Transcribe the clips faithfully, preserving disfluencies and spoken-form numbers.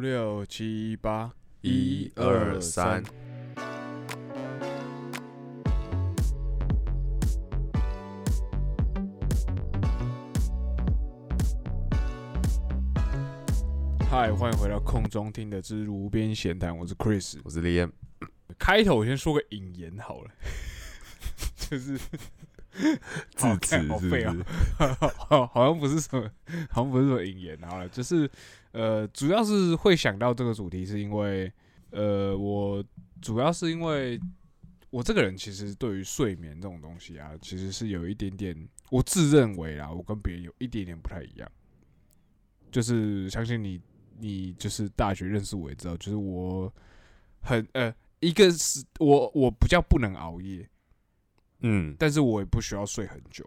六七八， 一二三。 嗨，欢迎回到空中听的之炉边闲谈，我是 Chris， 我是 Liam。 开头我先说个引言好了，就是字词是不是？ 好, 好像不是什么，好像不是什么引言好了，就是呃，主要是会想到这个主题，是因为呃，我主要是因为我这个人其实对于睡眠这种东西啊，其实是有一点点，我自认为啦，我跟别人有一点点不太一样，就是相信你。你就是大学认识我也知道，就是我很呃，一个是我我比较不能熬夜， 嗯， 但是我也不需要睡很久，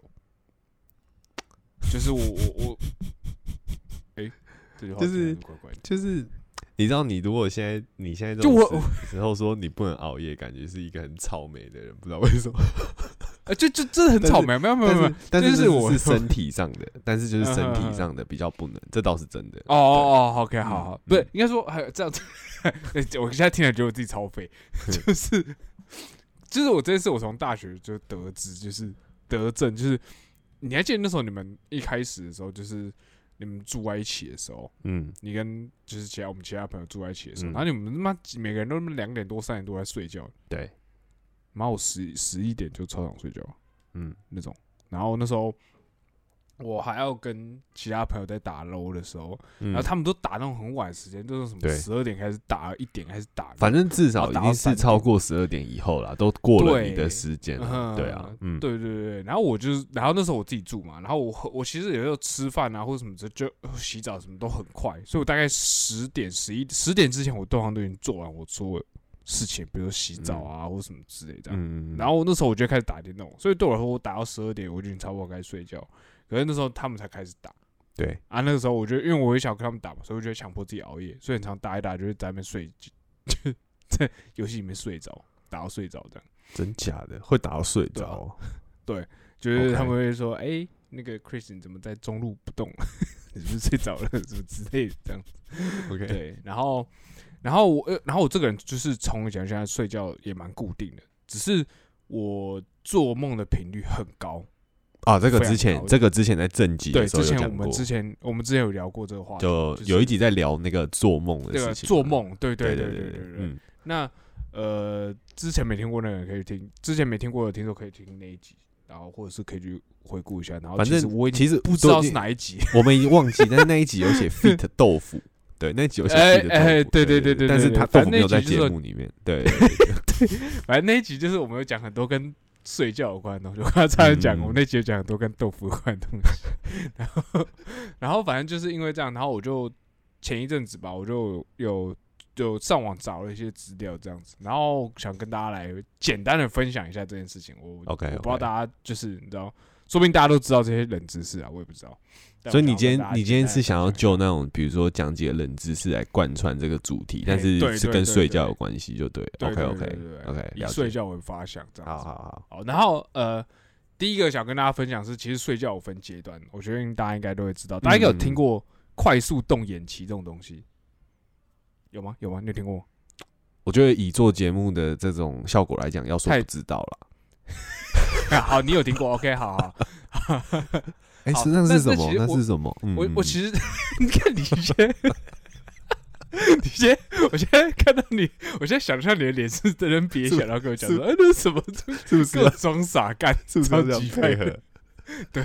就是我我我，哎、欸，这句话就是怪怪的， 就是你知道，你如果现在你现在这就我种时候说你不能熬夜，感觉是一个很草莓的人，不知道为什么。 呃，就就真的很草莓，没有没有没有， 但是就是我是身体上的，但是就是身体上的比较不能，这倒是真的。 哦哦哦 ，OK， 好好， 嗯、 不是应该说还有这样子，我现在听了觉得我自己超废，就是就是我这件事我从大学就得知，就是得证，就是你还记得那时候你们一开始的时候，就是你们住在一起的时候，嗯，你跟就是其他我们其他朋友住在一起的时候，嗯、然后你们他妈每个人都两点多三点多在睡觉， 对。 然后我十十一点就超想睡觉， 嗯， 那种。然后那时候我还要跟其他朋友在打 L O 的时候，嗯、然后他们都打那种很晚的时间，就是什么十二点开始打，一点开始打， 反正至少已经是超过十二点以后了，都过了你的时间了。对啊，嗯， 对对对。然后我就是，然后那时候我自己住嘛，然后我我其实有时候吃饭啊或者什么就就洗澡什么都很快，所以我大概十点十一十点之前我通常都已经做完我做事情，比如说洗澡啊、嗯、或什么之类的。嗯，然后那时候我就开始打电动，所以对我来说，我打到十二点，我就已经差不多该睡觉。可是那时候他们才开始打。 对啊，那个时候我觉得，因为我也想跟他们打嘛，所以我就会强迫自己熬夜，所以很常打一打，就是在那边睡，就在游戏里面睡着，打到睡着这样。 真假的会打到睡着？ 对，就是他们会说，哎、okay 欸，那个 Chris 你怎么在中路不动？你是不是睡着了？什么之类的这样子。 OK， 对，然后。然后我，然后我这个人就是从以前现在睡觉也蛮固定的，只是我做梦的频率很高啊。这个之前，这个之前在正集的时候有讲过。 对，之前我们之前我们之前有聊过这个话题， 就有一集在聊那个做梦的事情。 做梦，对对对对对对对。 嗯， 那呃，之前没听过的人可以听，之前没听过的听众可以听那一集，然后或者是可以去回顾一下。然后其实我其实不知道是哪一集， 我们已经忘记，但是那一集有写 fit 豆腐。对，那集有写 fit 豆腐， 哎，对对对对， 但是他豆腐没有在节目里面。对， 对，反正那一集就是我们有讲很多跟睡觉有关的东西。我刚才差点讲，我们那集有讲很多跟豆腐有关的东西。然后，然后反正就是因为这样，然后我就前一阵子吧，我就有就上网找了一些资料，这样子，然后想跟大家来简单的分享一下这件事情。我 OK， 我不知道大家就是你知道。说不定大家都知道这些冷知识啊，我也不知道。 所以你今天你今天是想要就那种，比如说讲解冷知识来贯穿这个主题，但是是跟睡觉有关系，就对了。OK OK OK， 以睡觉为发想，这样子。 好好好。 好，然后呃，第一个想跟大家分享是，其实睡觉有分阶段，我觉得大家应该都会知道。大家应该有听过快速动眼期这种东西，有吗？有吗？你有听过？ 我觉得以做节目的这种效果来讲，要说不知道了。 好，你有听过 ？OK， 好好。 哎、欸，那是什么？那是什么？嗯、 我我其实，你看你先，你先，我现在看到你，我现在想象你的脸是在那边憋起来，然后跟我讲说，哎、欸，那是什么？ 是不是各装傻干？ 是不是这样配合？ 对。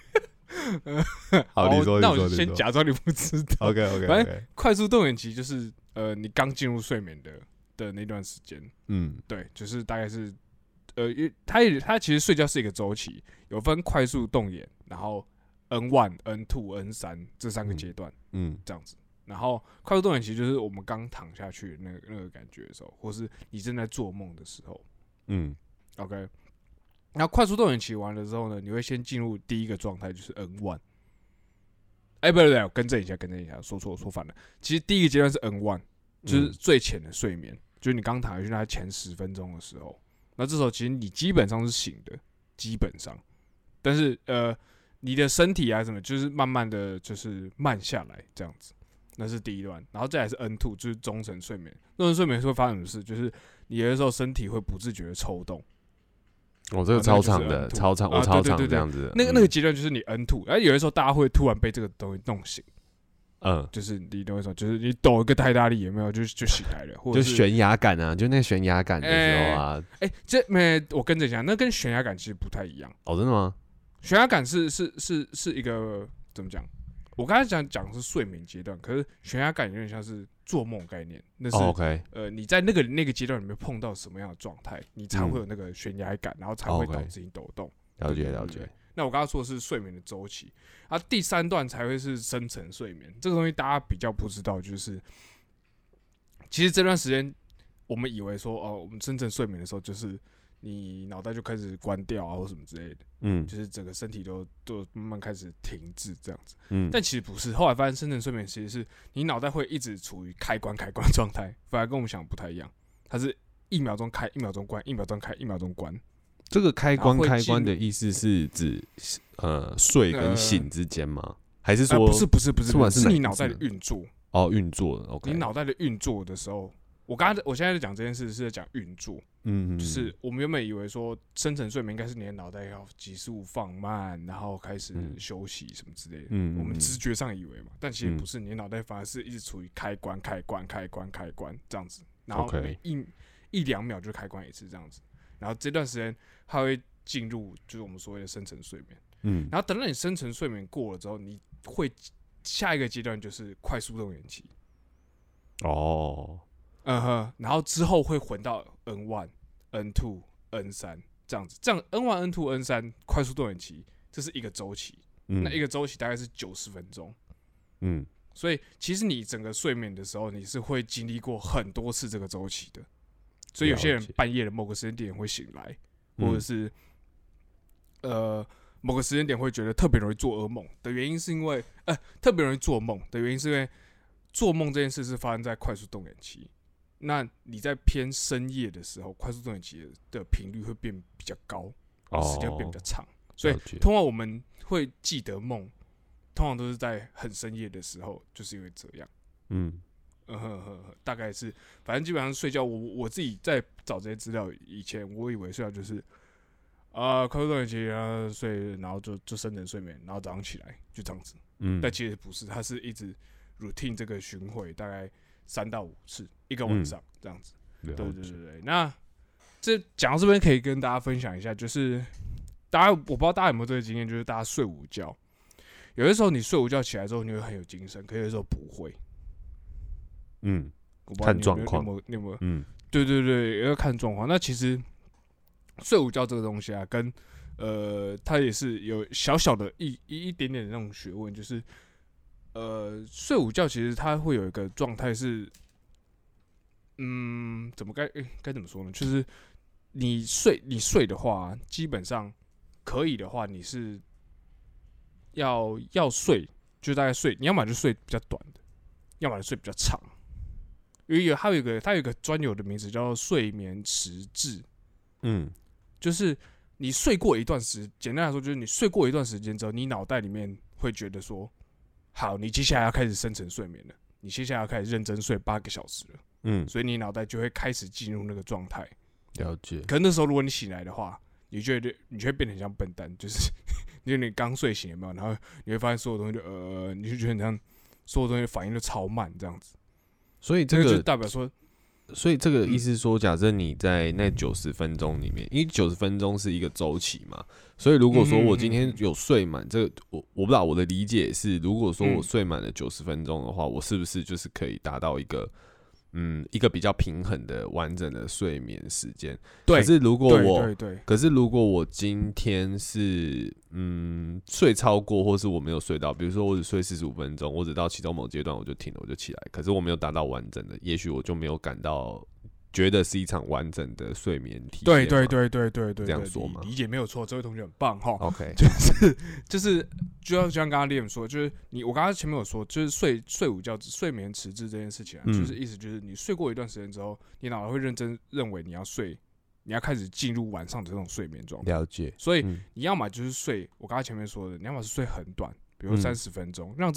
好，你说， 那我就先假裝你不知道。 OK OK， 反正快速动眼期就是呃，你刚进入睡眠的的那段时间，嗯，对，就是大概是。呃，它它其实睡觉是一个周期，有分快速动眼，然后 N 一、N 二、N 三这三个阶段，嗯，这样子。然后快速动眼期就是我们刚躺下去的那个那个感觉的时候，或是你正在做梦的时候，嗯 ，OK。然后快速动眼期完了之后呢，你会先进入第一个状态，就是 N 一。哎，不对不对，我更正一下，更正一下，说错说反了。其实第一个阶段是 N 一，就是最浅的睡眠，嗯、就是你刚躺下去那前十分钟的时候。那这时候其实你基本上是醒的，基本上，但是呃，你的身体啊什么，就是慢慢的就是慢下来这样子。 那是第一段，然后再来是 N 二，就是中层睡眠。中层睡眠会发生什么事？就是你有的时候身体会不自觉的抽动。 哦，这个超长的，超长，我超长这样子。 那个那个阶段就是你 N 二，而有的时候大家会突然被这个东西弄醒。嗯，就是你懂我说，就是你抖一个太大力，有没有就就醒来了，或者就悬崖感啊，就那个悬崖感的时候啊。 哎、欸欸，这没我跟着讲，那跟悬崖感其实不太一样。 哦，真的吗？ 悬崖感是是是是一个怎么讲？我刚才讲讲是睡眠阶段，可是悬崖感有点像是做梦概念。那是、 哦 okay、 呃你在那个那个阶段里面碰到什么样的状态，你才会有那个悬崖感，然后才会导致你抖动。 了解了解。 那我刚刚说的是睡眠的周期，啊，第三段才会是深层睡眠。这个东西大家比较不知道，就是其实这段时间我们以为说，哦，我们深层睡眠的时候，就是你脑袋就开始关掉啊，或什么之类的，嗯，就是整个身体都都慢慢开始停滞这样子，嗯，但其实不是。后来发现深层睡眠其实是你脑袋会一直处于开关开关的状态，反而跟我们想的不太一样，它是一秒钟开，一秒钟关，一秒钟开，一秒钟关。 这个开关开关的意思是指呃睡跟醒之间吗？呃、还是说、 呃、不是不是不是不是是你脑袋的运作？ 哦，运作 ，OK。 你脑袋的运作的时候，我刚才我现在在讲这件事是在讲运作，嗯, 嗯，就是我们原本以为说深层睡眠应该是你的脑袋要急速放慢，然后开始休息什么之类的，嗯，我们直觉上以为嘛，但其实不是，你的脑袋反而是一直处于开关开关开关开关这样子，然后每一、okay. 一两秒就开关一次这样子。然后这段时间它会进入就是我们所谓的深层睡眠，嗯，然后等到你深层睡眠过了之后，你会下一个阶段就是快速动眼期，哦，嗯哼，然后之后会混到 N 一、N 二、N 三这样子，这样 N 一、N 二、N 三快速动眼期，这是一个周期，嗯，那一个周期大概是九十分钟，嗯，所以其实你整个睡眠的时候，你是会经历过很多次这个周期的。所以有些人半夜的某个时间点会醒来，或者是呃某个时间点会觉得特别容易做噩梦的原因，是因为呃特别容易做梦的原因是因为做梦这件事是发生在快速动眼期。那你在偏深夜的时候，快速动眼期的频率会变比较高，时间会变比较长，所以通常我们会记得梦，通常都是在很深夜的时候，就是因为这样，嗯。嗯呵呵呵，大概是，反正基本上睡觉，我我自己在找这些资料以前，我以为睡觉就是啊，快速动眼期，然后睡，然后就就深层睡眠，然后早上起来就这样子。嗯，但其实不是，它是一直 routine 这个巡回，大概三到五次一个晚上、嗯、这样子。对对对对。那这讲到这边可以跟大家分享一下，就是大家我不知道大家有没有这个经验，就是大家睡午觉，有的时候你睡午觉起来之后，你会很有精神，可是有的时候不会。 嗯，看状况， 你有没有？嗯，对对对，要看状况。那其实睡午觉这个东西啊，跟呃，它也是有小小的一一一点点的那种学问，就是呃，睡午觉其实它会有一个状态是，嗯，怎么该该、欸、怎么说呢？就是你睡你睡的话，基本上可以的话，你是要要睡，就大概睡，你要么就睡比较短的，要么就睡比较长。因为有它有一个它有一个专有的名字叫做睡眠迟滞，嗯，就是你睡过一段时，简单来说就是你睡过一段时间之后，你脑袋里面会觉得说，好，你接下来要开始深层睡眠了，你接下来要开始认真睡八个小时了，嗯，所以你脑袋就会开始进入那个状态。 了解。 可是那时候如果你醒来的话，你觉得你就会变得很像笨蛋，就是因为你刚睡醒有没有，然后你会发现所有东西就呃，你就觉得很像所有东西反应都超慢这样子。 所以这个就代表说， 所以这个意思是说，假设你在那九十分钟里面，因为九十分钟是一个周期嘛，所以如果说我今天有睡满，这个我我不知道我的理解是，如果说我睡满了九十分钟的话，我是不是就是可以达到一个嗯一个比较平衡的完整的睡眠时间？可是如果我对对对可是如果我今天是嗯睡超过，或是我没有睡到，比如说我只睡四十五分钟，我只到其中某阶段我就停了，我就起来，可是我没有达到完整的，也许我就没有感到觉得是一场完整的睡眠体验。 对对对对对对， 这样说吗？ 理解没有错，这位同学很棒哈。 OK， 就是就是就像就像刚刚 Liam 说，就是你我刚刚前面有说，就是睡睡午觉、睡眠迟滞这件事情啊，嗯、就是意思就是你睡过一段时间之后，你脑袋会认真认为你要睡。你要开始进入晚上的这种睡眠状态， 了解。 所以你要么就是睡，我刚才前面说的，你要么是睡很短，比如三十分钟、嗯，让自己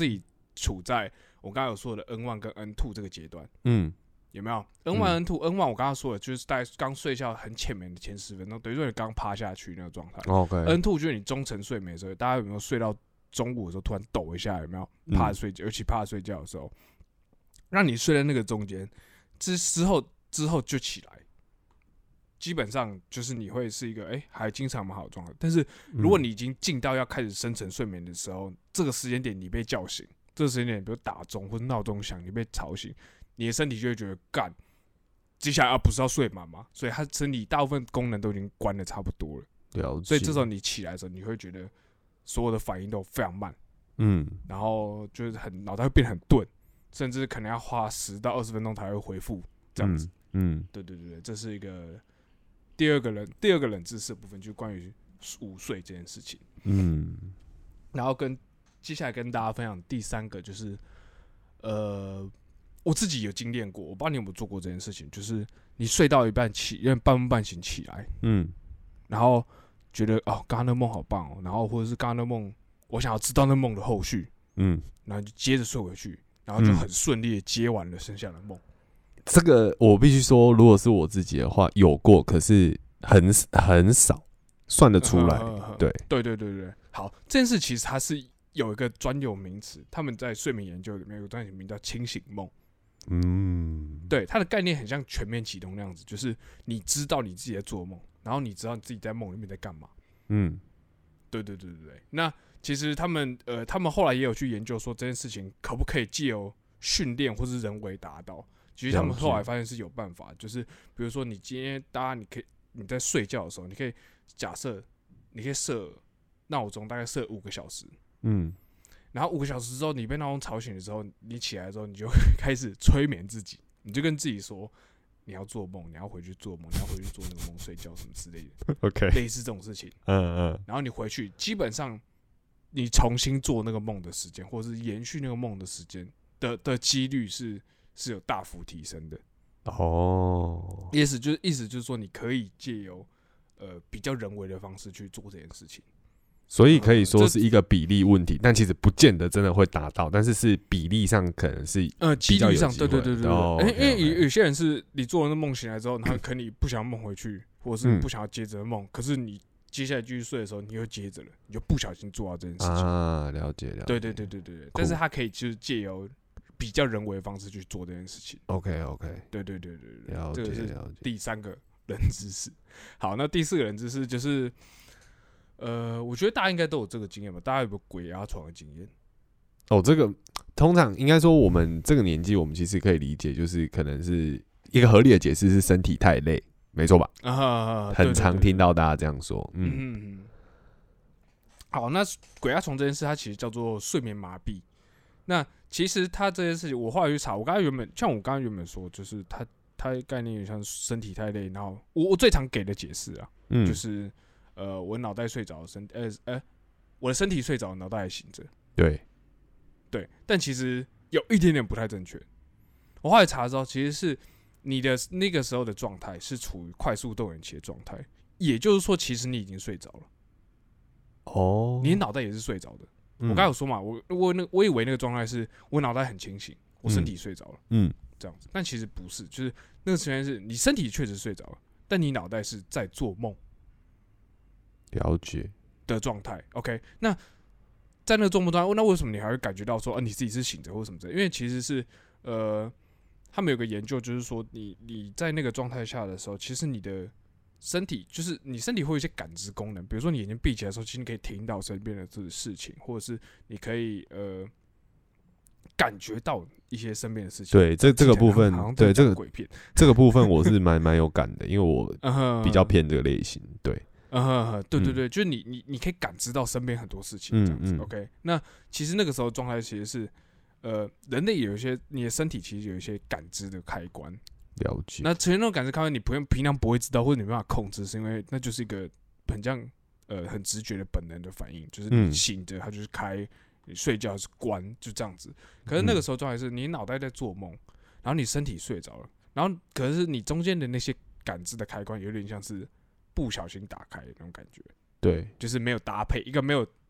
处在我刚刚有说的 N 一 跟 N 二 这个阶段。 嗯， 有没有 N 一、N 二、N 一 我刚刚说的就是大概刚睡觉很浅眠的前十分钟，等于说你刚趴下去那个状态。 OK。 N 二 就是你中层睡眠的时候，大家有没有睡到中午的时候突然抖一下？有没有趴着睡觉？嗯、尤其趴着睡觉的时候，让你睡在那个中间，之之后之后就起来。基本上就是你会是一个哎、欸、还经常蛮好的状态，但是如果你已经进到要开始深层睡眠的时候，嗯、这个时间点你被叫醒，这个时间点比如打钟或者闹钟响，你被吵醒，你的身体就会觉得干，接下来啊不是要睡满吗？所以它身体大部分功能都已经关的差不多了， 了解。 所以这时候你起来的时候，你会觉得所有的反应都非常慢， 嗯， 然后就是很脑袋会变得很钝，甚至可能要花十到二十分钟才会恢复这样子。 嗯，嗯对对对对，这是一个。第二个人，第二个冷知识的部分就是关于午睡这件事情。嗯，然后跟接下来跟大家分享第三个就是，呃，我自己有经验过，我不知道你有没有做过这件事情，就是你睡到一半起，有点半梦半醒起来，嗯，然后觉得哦，刚刚那梦好棒哦，然后或者是刚刚那梦，我想要知道那梦的后续，嗯，然后就接着睡回去，然后就很顺利的接完了剩下的梦。 这个我必须说，如果是我自己的话，有过，可是很很少算得出来。 呵呵呵对， 对对对对，好，这件事其实它是有一个专有名词，他们在睡眠研究里面有个专有名叫清醒梦。嗯，对，它的概念很像全面启动那样子，就是你知道你自己在做梦，然后你知道你自己在梦里面在干嘛。嗯，对对对对对。那其实他们呃，他们后来也有去研究说这件事情可不可以藉由训练或是人为达到。其实他们后来发现是有办法，就是比如说你今天，大家你可以你在睡觉的时候，你可以假设你可以设闹钟，大概设五个小时，嗯，然后五个小时之后，你被闹钟吵醒的时候，你起来之后，你就开始催眠自己，你就跟自己说你要做梦，你要回去做梦，你要回去做那个梦，睡觉什么之类的 ，OK， 类似这种事情，嗯嗯，然后你回去，基本上你重新做那个梦的时间，或者是延续那个梦的时间的的几率是。是有大幅提升的哦，意思就是意思就是说，你可以借由呃比较人为的方式去做这件事情， 所以可以说是一个比例问题，呃、但其实不见得真的会达到，但是是比例上可能是呃几率上，对对对对对， 哦、 因为有有些人是你做了那梦醒来之后，他可能你不想要梦回去，或者是不想要接着梦，嗯、可是你接下来继续睡的时候，你又接着了，你就不小心做到这件事情啊，了解了解， 对对对对对对，但是他可以就是借由比较人为的方式去做这件事情。 OK OK， 对对对对对， 了解，这个是第三个冷知识。好，那第四个冷知识就是，呃，我觉得大家应该都有这个经验吧？大家有没有鬼压床的经验？ 哦，这个通常应该说我们这个年纪，我们其实可以理解，就是可能是一个合理的解释是身体太累，没错吧？ 啊哈啊， 很常听到大家这样说。嗯嗯嗯。好，那鬼压床这件事，它其实叫做睡眠麻痹。那其实他这件事情，我后来去查，我刚刚原本像我刚刚原本说，就是他他概念有点像身体太累，然后我我最常给的解释啊，嗯、就是呃我脑袋睡着，身呃呃我的身体睡着，脑袋还醒着。 对对，但其实有一点点不太正确。我后来查之后，其实是你的那个时候的状态是处于快速动眼期的状态，也就是说，其实你已经睡着了。哦，你脑袋也是睡着的。我刚才有说嘛，我我那我以为那个状态是我脑袋很清醒，我身体睡着了，嗯，这样子，但其实不是，就是那个时间是你身体确实睡着了，但你脑袋是在做梦， 了解的状态。OK， 那在那个做梦状态，那为什么你还会感觉到说，啊，你自己是醒着或什么之类？因为其实是呃，他们有个研究，就是说你你在那个状态下的时候，其实你的身体就是你身体会有一些感知功能，比如说你眼睛闭起来的时候，其实你可以听到身边的这个事情，或者是你可以呃感觉到一些身边的事情。 对，这这个部分，对这个鬼片， 这个部分我是蛮蛮有感的，因为我比较偏这个类型。对， 嗯，对对对，就是你你你可以感知到身边很多事情这样子。嗯嗯 OK， 那其实那个时候状态其实是呃人类有一些你的身体其实有一些感知的开关。 了解。 那其实那种感知开关，你不用平常不会知道，或者你没办法控制，是因为那就是一个很像呃很直觉的本能的反应，就是你醒着它就是开，你睡觉是关，就这样子。可是那个时候状态是你脑袋在做梦，然后你身体睡着了，然后可是你中间的那些感知的开关有点像是不小心打开的那种感觉。 对， 就是没有搭配，一个没有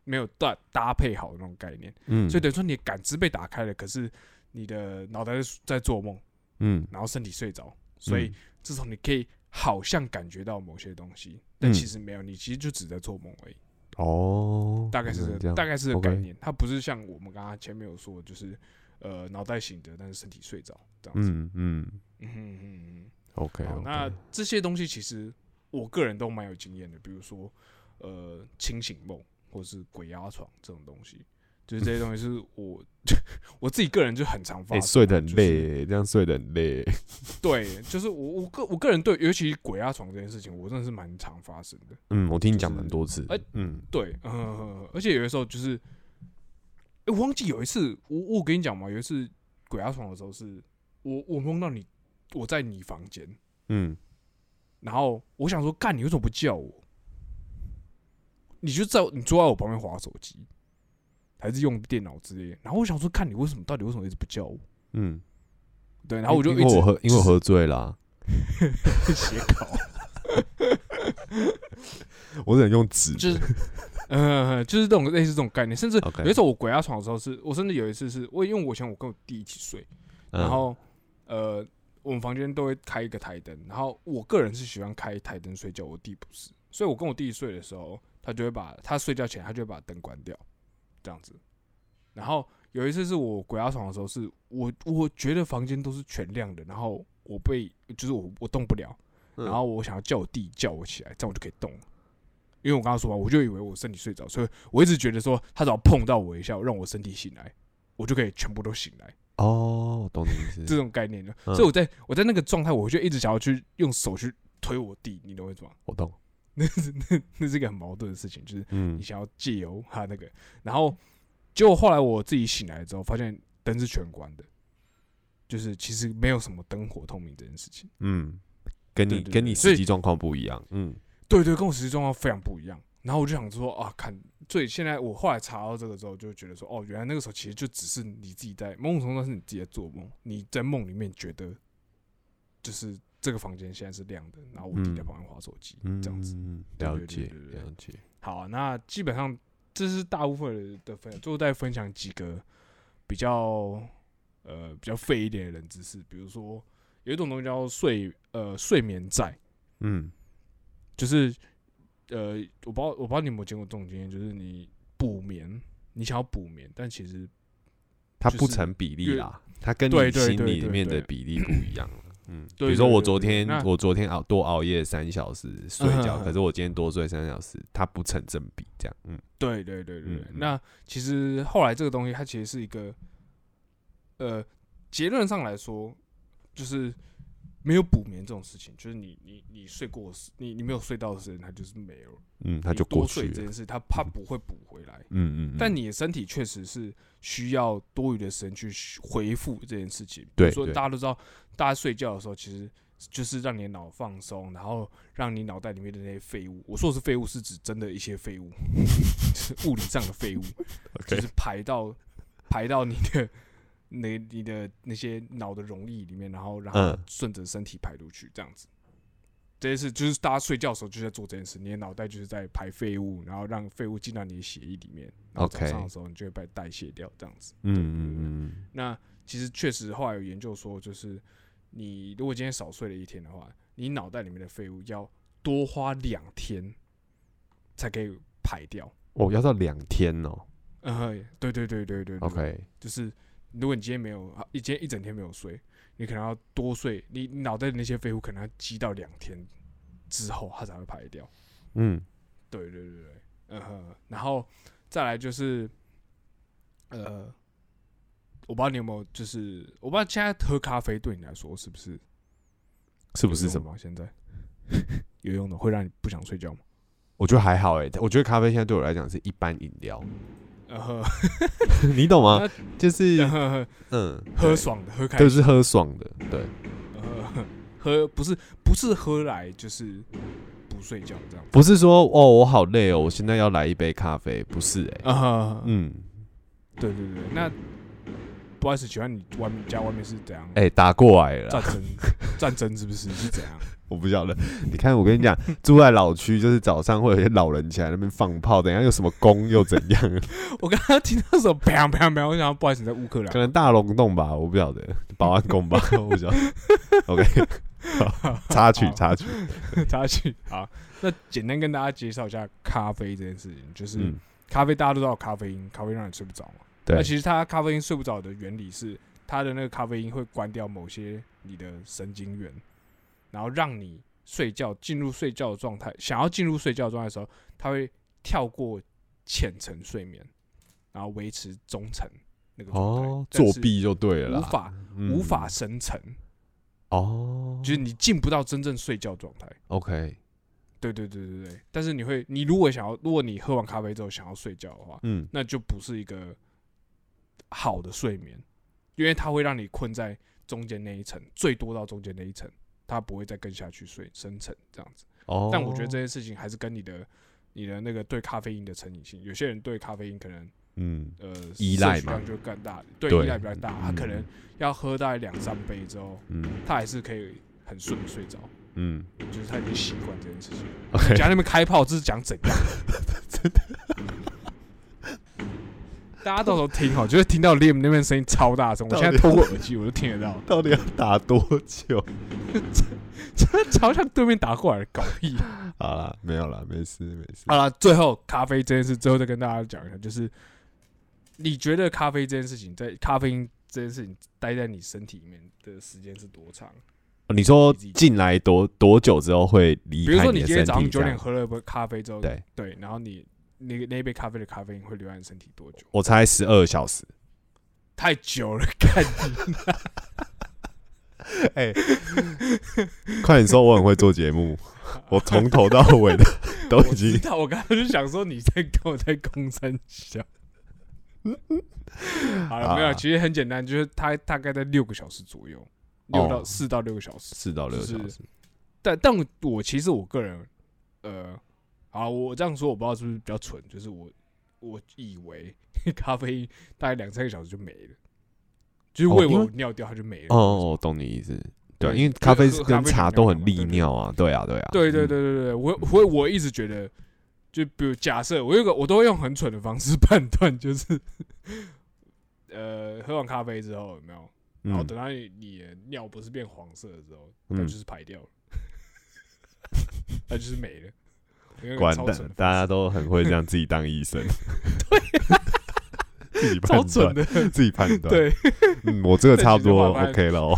没有搭搭配好的那种概念，嗯，所以等于说你的感知被打开了，可是你的脑袋在做梦，嗯，然后身体睡着，所以这时候你可以好像感觉到某些东西，但其实没有，你其实就只在做梦而已。 哦， 大概是这个，大概是这个概念，它不是像我们刚刚前面有说的，就是呃脑袋醒着，但是身体睡着这样子。嗯嗯嗯嗯嗯 OK， 好，那这些东西其实我个人都蛮有经验的，比如说呃清醒梦或是鬼压床这种东西，就是这些东西是我我自己个人就很常发生， 睡得很累，就是，这样睡得很累。 对，就是我我个我个人对，尤其鬼压床这件事情，我真的是蛮常发生的。 嗯，我听你讲蛮多次。 哎，就是，嗯，对，嗯，而且有的时候就是，欸，我忘记有一次，我我跟你讲嘛，有一次鬼压床的时候是，我我梦到你，我在你房间，嗯，然后我想说，干，你为什么不叫我？你就在你坐在我旁边滑手机，还是用电脑之类的。然后我想说，看你为什么，到底为什么一直不叫我？嗯，对，然后我就一直因为我喝，因为我喝醉了，啊， 写稿， 我只能用纸， 就是，呃，就是这种类似这种概念。甚至有一次我鬼压床的时候是，我甚至有一次是我因为我以前我跟我弟一起睡，然后、嗯、呃，我们房间都会开一个台灯，然后我个人是喜欢开台灯睡觉，我弟不是，所以我跟我弟睡的时候。他就会把他睡觉前，他就会把灯关掉，这样子。然后有一次是我鬼压床的时候，是我我觉得房间都是全亮的，然后我被就是我我动不了，然后我想要叫我弟叫我起来，这样我就可以动了。因为我刚刚说完，我就以为我身体睡着，所以我一直觉得说他只要碰到我一下，让我身体醒来，我就可以全部都醒来。 哦，懂你意思， 这种概念的。嗯、所以我在我在那个状态，我就一直想要去用手去推我弟，你懂我意思吗？ 我懂。 那是那那是一个很矛盾的事情，就是你想要借由他那个，嗯、然后结果后来我自己醒来之后，发现灯是全关的，就是其实没有什么灯火通明这件事情。嗯， 跟你对对对跟你实际状况不一样。嗯， 对对，跟我实际状况非常不一样。然后我就想说啊，看，所以现在我后来查到这个之后，就觉得说，哦，原来那个时候其实就只是你自己在某种程度上是你自己在做梦，你在梦里面觉得就是。这个房间现在是亮的，然后我弟在旁边滑手机，嗯、这样子。 嗯、了解，了解。 好、啊，那基本上这是大部分的分享，最后再分享几个比较呃比较废一点的冷知识，比如说有一种东西叫睡呃睡眠债，嗯，就是呃我不知道我不知道你有没有见过这种经验，就是你补眠，你想要补眠，但其实它不成比例啦，它跟你心里面的比例不一样。嗯，比如说我昨天我昨天熬多熬夜三小时睡觉，可是我今天多睡三小时，它不成正比，这样。嗯， 对对对对。嗯、那其实后来这个东西，它其实是一个，呃，结论上来说，就是没有补眠这种事情，就是你你你睡过，你你没有睡到的时间，它就是没有了。 嗯，它就过去了。 多睡这件事，它它不会补回来。嗯嗯。但你的身体确实是需要多余的时间去恢复这件事情。比如说大家都知道。大家睡觉的时候，其实就是让你的脑放松，然后让你脑袋里面的那些废物，我说的是废物，是指真的一些废物，就是物理上的废物， okay. 就是排到排到你的那你的那些脑的溶液里面，然后让它顺着身体排出去，这样子。这件事就是大家睡觉的时候就在做这件事，你的脑袋就是在排废物，然后让废物进到你的血液里面，然后早上的时候你就会被代谢掉，这样子。嗯嗯嗯。那其实确实后来有研究说，就是你如果今天少睡了一天的话，你脑袋里面的废物要多花两天才可以排掉。 哦，要到两天哦。 嗯，对对对对对对。 OK， 就是如果你今天没有，一今天一整天没有睡，你可能要多睡，你脑袋的那些废物可能要积到两天之后，它才会排掉。嗯，对对对对，嗯哼，然后再来就是，呃。我不知道你有没有，就是我不知道现在喝咖啡对你来说是不是是不是什么？ 现在有用的会让你不想睡觉吗？ 我觉得还好哎、欸，我觉得咖啡现在对我来讲是一般饮料。 呃， 你懂吗？就是嗯，喝爽的，喝开心， 就是喝爽的，对。 呃，喝不是不是喝来就是不睡觉这样， 不是说哦我好累哦，我现在要来一杯咖啡，不是哎、欸呃，嗯，对对对，那。不好意思，请问你外面家外面是怎样？ 哎、欸，打过来了， 战争，战争是不是是怎样？ 我不晓得。你看，我跟你讲，住在老区，就是早上会有些老人起来那边放炮，等一下有什么功又怎样？ 我刚刚听到什么砰砰砰，我想不好意思，在乌克兰， 可能大龙洞吧，我不晓得，保安宫吧，我不晓得。OK， 插曲插曲插曲。好，那简单跟大家介绍一下咖啡这件事情，就是、嗯、咖啡大家都知道咖啡因，咖啡因让你睡不着嘛。 对。 那其实它咖啡因睡不着的原理是，它的那个咖啡因会关掉某些你的神经元。然后让你睡觉进入睡觉的状态，想要进入睡觉的状态的时候，它会跳过浅层睡眠，然后维持中层那个状态。哦， 作弊就对了啦， 无法、嗯、无法深层。 哦， 就是你进不到真正睡觉状态。 OK， 对对对对对。但是你会，你如果想要，如果你喝完咖啡之后想要睡觉的话，嗯，那就不是一个好的睡眠，因为它会让你困在中间那一层，最多到中间那一层。它不会再更下去睡深层这样子，哦、但我觉得这件事情还是跟你的你的那个对咖啡因的成瘾性，有些人对咖啡因可能嗯呃依赖嘛就更大，对依赖比较大，他可能要喝大概两三杯之后，嗯，他还是可以很顺的睡着，嗯，就是他已经习惯这件事情。Okay. 讲那边开炮，这是讲怎样？真的。大家到时候听哈，就是听到 Liam 那边声音超大声，我现在透过耳机我就听得到。 到底要打多久？ 这超像对面打过来的，搞屁！ 好啦，没有啦，没事没事。 好啦，最后咖啡这件事，最后再跟大家讲一下，就是你觉得咖啡这件事情，在咖啡因这件事情待在你身体里面的时间是多长？ 你说进来多多久之后会离开你的身体？比如说你今天早上九点喝了杯咖啡之后， 对对，然后你。那个那一杯咖啡的咖啡因会留在你身体多久？ 我猜十二小时， 太久了，干你！ 哎，快点说，我很会做节目，我从头到尾的都已经。 我知道，我刚才就想说你在跟我在公三小。好了，没有，其实很简单，就是它大概在六个小时左右，六到四到六个小时， 四到六个小时。 但但我其实我个人，呃。好，我这样说我不知道是不是比较蠢，就是我我以为咖啡因大概两三个小时就没了，就是喂我尿掉它就没了。 哦，懂你意思。对，因为咖啡跟茶都很利尿啊，对啊，对啊。 对对对对对，我我我一直觉得，就比如假设我有个，我都会用很蠢的方式判断，就是呃，喝完咖啡之后有没有，然后等到你你的尿不是变黄色的时候，它就是排掉了，它就是没了。 管大大家都很会这样自己当医生， 对、啊， 自己判断的，自己判断。 对， 嗯，我这个差不多 OK 了哦。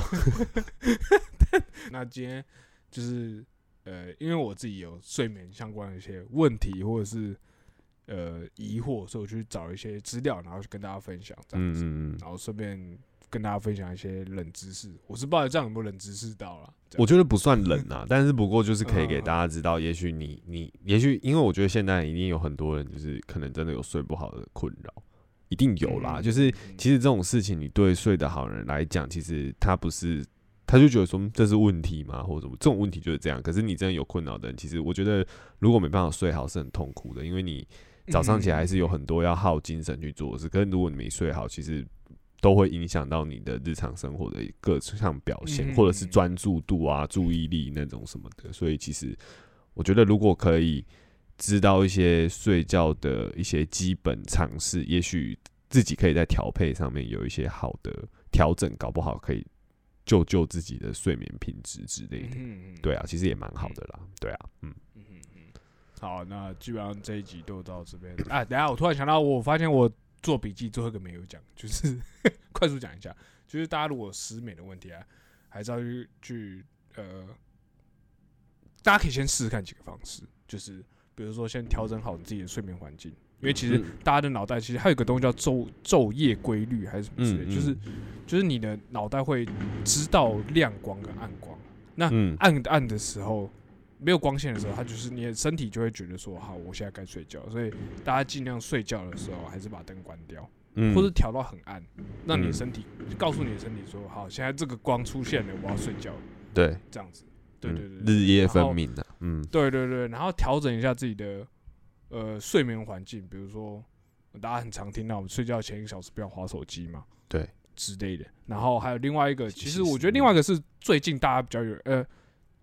那今天就是呃，因为我自己有睡眠相关的一些问题或者是呃疑惑，所以我去找一些资料，然后去跟大家分享这样子，嗯嗯嗯然后顺便跟大家分享一些冷知识。我是不知道这样有没有冷知识到啦。 我觉得不算冷啊，但是不过就是可以给大家知道，也许你你也许因为我觉得现在一定有很多人就是可能真的有睡不好的困扰，一定有啦。就是其实这种事情，你对睡得好的人来讲，其实他不是他就觉得说这是问题吗，或者什么这种问题就是这样。可是你真的有困扰的人，其实我觉得如果没办法睡好是很痛苦的，因为你早上起来还是有很多要耗精神去做的事。可是如果你没睡好，其实都会影响到你的日常生活的各项表现，嗯、或者是专注度啊、注意力那种什么的。所以其实我觉得，如果可以知道一些睡觉的一些基本常识，也许自己可以在调配上面有一些好的调整，搞不好可以救救自己的睡眠品质之类的。嗯、对啊，其实也蛮好的啦。对啊，嗯。 好，那基本上这一集都到这边啊。等一下，我突然想到，我发现我做笔记最后一个没有讲，就是快速讲一下，就是大家如果有失眠的问题啊，还是要去去呃，大家可以先试试看几个方式，就是比如说先调整好自己的睡眠环境，因为其实大家的脑袋其实还有一个东西叫昼昼夜规律还是什么之类的，嗯嗯就是就是你的脑袋会知道亮光跟暗光，那暗暗的时候。没有光线的时候，它就是你的身体就会觉得说，好，我现在该睡觉，所以大家尽量睡觉的时候还是把灯关掉，嗯、或者调到很暗，让你的身体、嗯、告诉你的身体说，好，现在这个光出现了，我要睡觉了。 对， 这样子，对对对， 日夜分明的，嗯， 对对对，然后调整一下自己的呃睡眠环境，比如说大家很常听到，我们睡觉前一个小时不要滑手机嘛， 对之类的。然后还有另外一个，其实我觉得另外一个是最近大家比较有呃。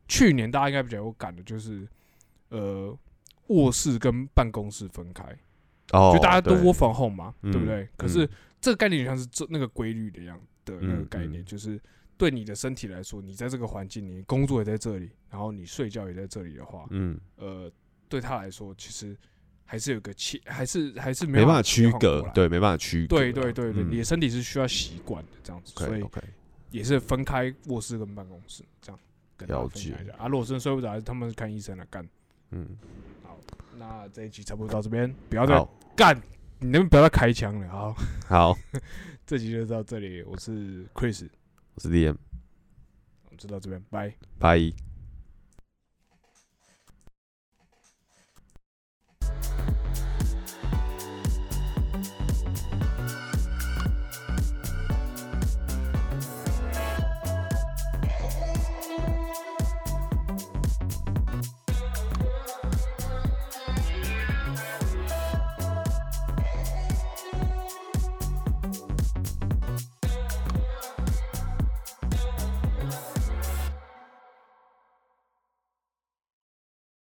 去年大家应该比较有感的，就是呃卧室跟办公室分开， 哦， 就大家都对 work from home 嘛， 嗯对不对？可是嗯这个概念就像是这那个规律的样的那个嗯概念， 嗯就是对你的身体来说，你在这个环境，你工作也在这里，然后你睡觉也在这里的话， 嗯， 呃，对他来说其实还是有个切，还是还是没办法区区隔，对，没办法区隔啊， 对对对对， 嗯你的身体是需要习惯的这样子，所 OK 以 OK， 也是分开卧室跟办公室这样跟大家分享一下啊。如果真的睡不着，还是他们看医生来干。 嗯， 好，那这一集差不多到这边，不要再好， 干，你能不能不要再开枪了？好， 好， 这集就到这里，我是 Chris， 我是 Liam， 我们就到这边，拜。 拜。